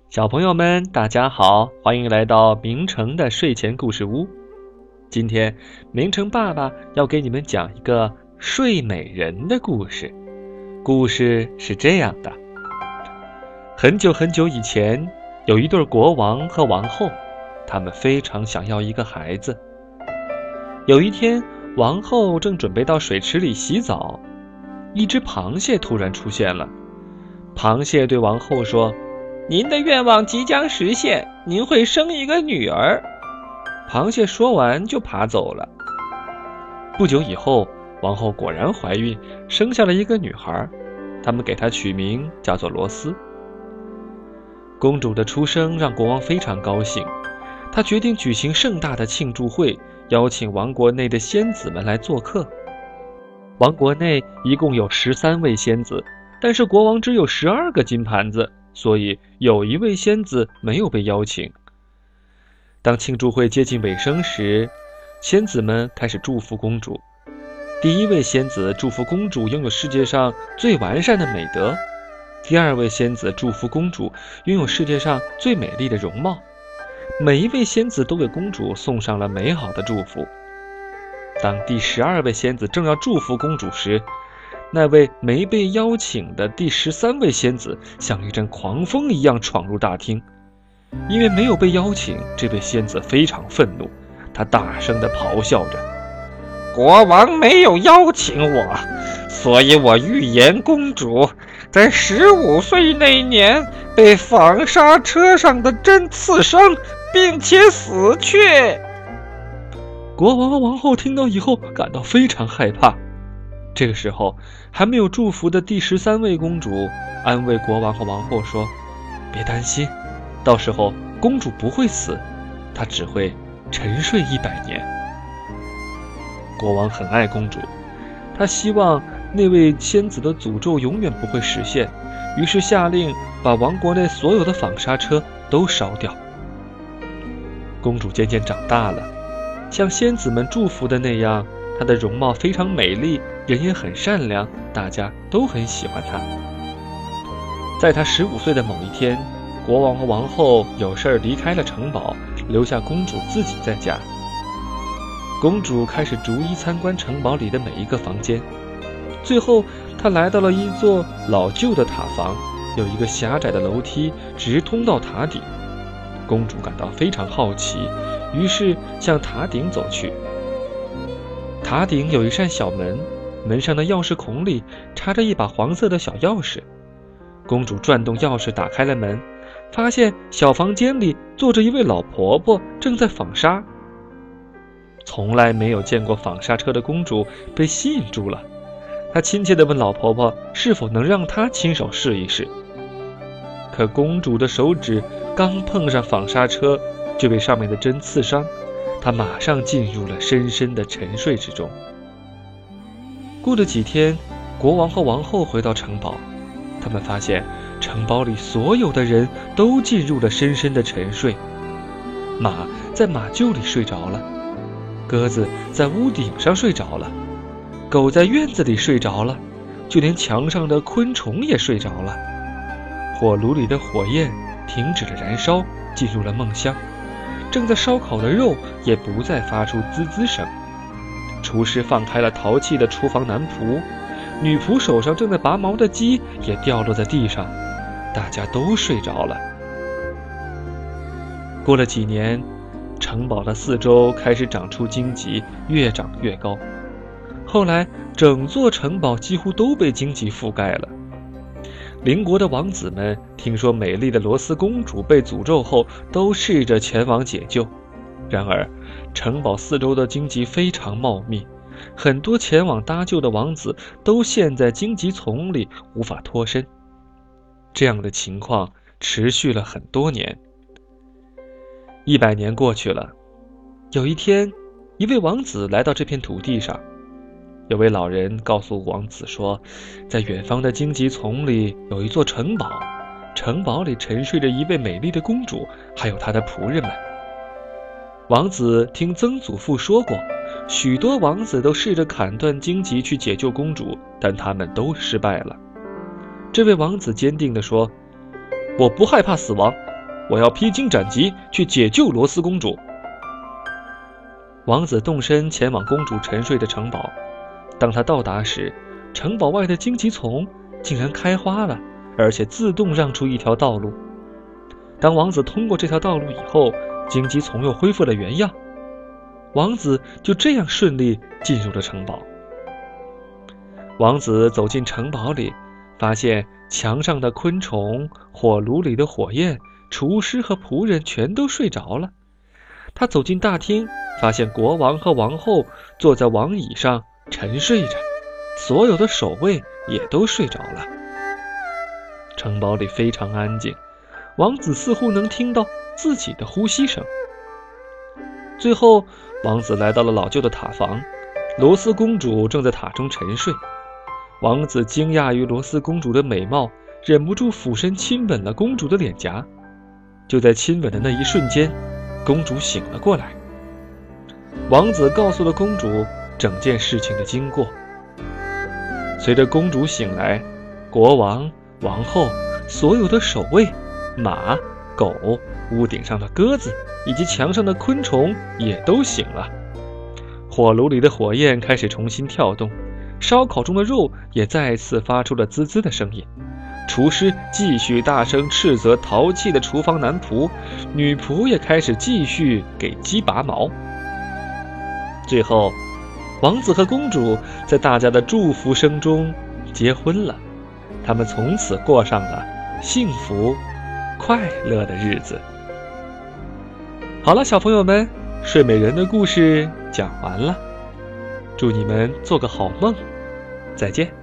小朋友们，大家好，欢迎来到明成的睡前故事屋。今天，明成爸爸要给你们讲一个睡美人的故事。故事是这样的：很久很久以前，有一对国王和王后，他们非常想要一个孩子。有一天，王后正准备到水池里洗澡，一只螃蟹突然出现了。螃蟹对王后说：您的愿望即将实现，您会生一个女儿。螃蟹说完就爬走了。不久以后，王后果然怀孕，生下了一个女孩，他们给她取名叫做罗斯。公主的出生让国王非常高兴，他决定举行盛大的庆祝会，邀请王国内的仙子们来做客。王国内一共有13位仙子，但是国王只有12个金盘子，所以有一位仙子没有被邀请。当庆祝会接近尾声时，仙子们开始祝福公主。第一位仙子祝福公主拥有世界上最完善的美德，第二位仙子祝福公主拥有世界上最美丽的容貌。每一位仙子都给公主送上了美好的祝福。当第12位仙子正要祝福公主时，那位没被邀请的第13位仙子像一阵狂风一样闯入大厅。因为没有被邀请，这位仙子非常愤怒，她大声地咆哮着：国王没有邀请我，所以我预言公主在15岁那年被纺纱车上的针刺伤，并且死去。国王和王后听到以后感到非常害怕。这个时候，还没有祝福的第13位公主安慰国王和王后说：别担心，到时候公主不会死，她只会沉睡100年。国王很爱公主，他希望那位仙子的诅咒永远不会实现，于是下令把王国内所有的纺纱车都烧掉。公主渐渐长大了，像仙子们祝福的那样，她的容貌非常美丽，人也很善良，大家都很喜欢她。在她15岁的某一天，国王和王后有事离开了城堡，留下公主自己在家。公主开始逐一参观城堡里的每一个房间，最后她来到了一座老旧的塔房，有一个狭窄的楼梯直通到塔顶。公主感到非常好奇，于是向塔顶走去。塔顶有一扇小门，门上的钥匙孔里插着一把黄色的小钥匙。公主转动钥匙打开了门，发现小房间里坐着一位老婆婆，正在纺纱。从来没有见过纺纱车的公主被吸引住了，她亲切地问老婆婆是否能让她亲手试一试。可公主的手指刚碰上纺纱车，就被上面的针刺伤，她马上进入了深深的沉睡之中。过了几天，国王和王后回到城堡，他们发现城堡里所有的人都进入了深深的沉睡。马在马厩里睡着了，鸽子在屋顶上睡着了，狗在院子里睡着了，就连墙上的昆虫也睡着了。火炉里的火焰停止了燃烧，进入了梦乡。正在烧烤的肉也不再发出滋滋声。厨师放开了淘气的厨房男仆，女仆手上正在拔毛的鸡也掉落在地上，大家都睡着了。过了几年，城堡的四周开始长出荆棘，越长越高。后来整座城堡几乎都被荆棘覆盖了。邻国的王子们听说美丽的罗斯公主被诅咒后，都试着前往解救。然而城堡四周的荆棘非常茂密，很多前往搭救的王子都陷在荆棘丛里无法脱身。这样的情况持续了很多年。100年过去了，有一天，一位王子来到这片土地上。有位老人告诉王子说，在远方的荆棘丛里有一座城堡，城堡里沉睡着一位美丽的公主，还有她的仆人们。王子听曾祖父说过，许多王子都试着砍断荆棘去解救公主，但他们都失败了。这位王子坚定地说，我不害怕死亡， 我要披荆斩棘去解救罗斯公主。王子动身前往公主沉睡的城堡。当他到达时，城堡外的荆棘丛竟然开花了，而且自动让出一条道路。当王子通过这条道路以后，荆棘丛又恢复了原样，王子就这样顺利进入了城堡。王子走进城堡里，发现墙上的昆虫、火炉里的火焰、厨师和仆人全都睡着了。他走进大厅，发现国王和王后坐在王椅上沉睡着，所有的守卫也都睡着了。城堡里非常安静，王子似乎能听到自己的呼吸声。最后，王子来到了老旧的塔房，罗斯公主正在塔中沉睡。王子惊讶于罗斯公主的美貌，忍不住俯身亲吻了公主的脸颊。就在亲吻的那一瞬间，公主醒了过来。王子告诉了公主整件事情的经过。随着公主醒来，国王、王后、所有的守卫、马、狗、屋顶上的鸽子以及墙上的昆虫也都醒了。火炉里的火焰开始重新跳动，烧烤中的肉也再次发出了滋滋的声音。厨师继续大声斥责淘气的厨房男仆，女仆也开始继续给鸡拔毛。最后，王子和公主在大家的祝福声中结婚了，他们从此过上了幸福快乐的日子。好了，小朋友们，睡美人的故事讲完了，祝你们做个好梦，再见。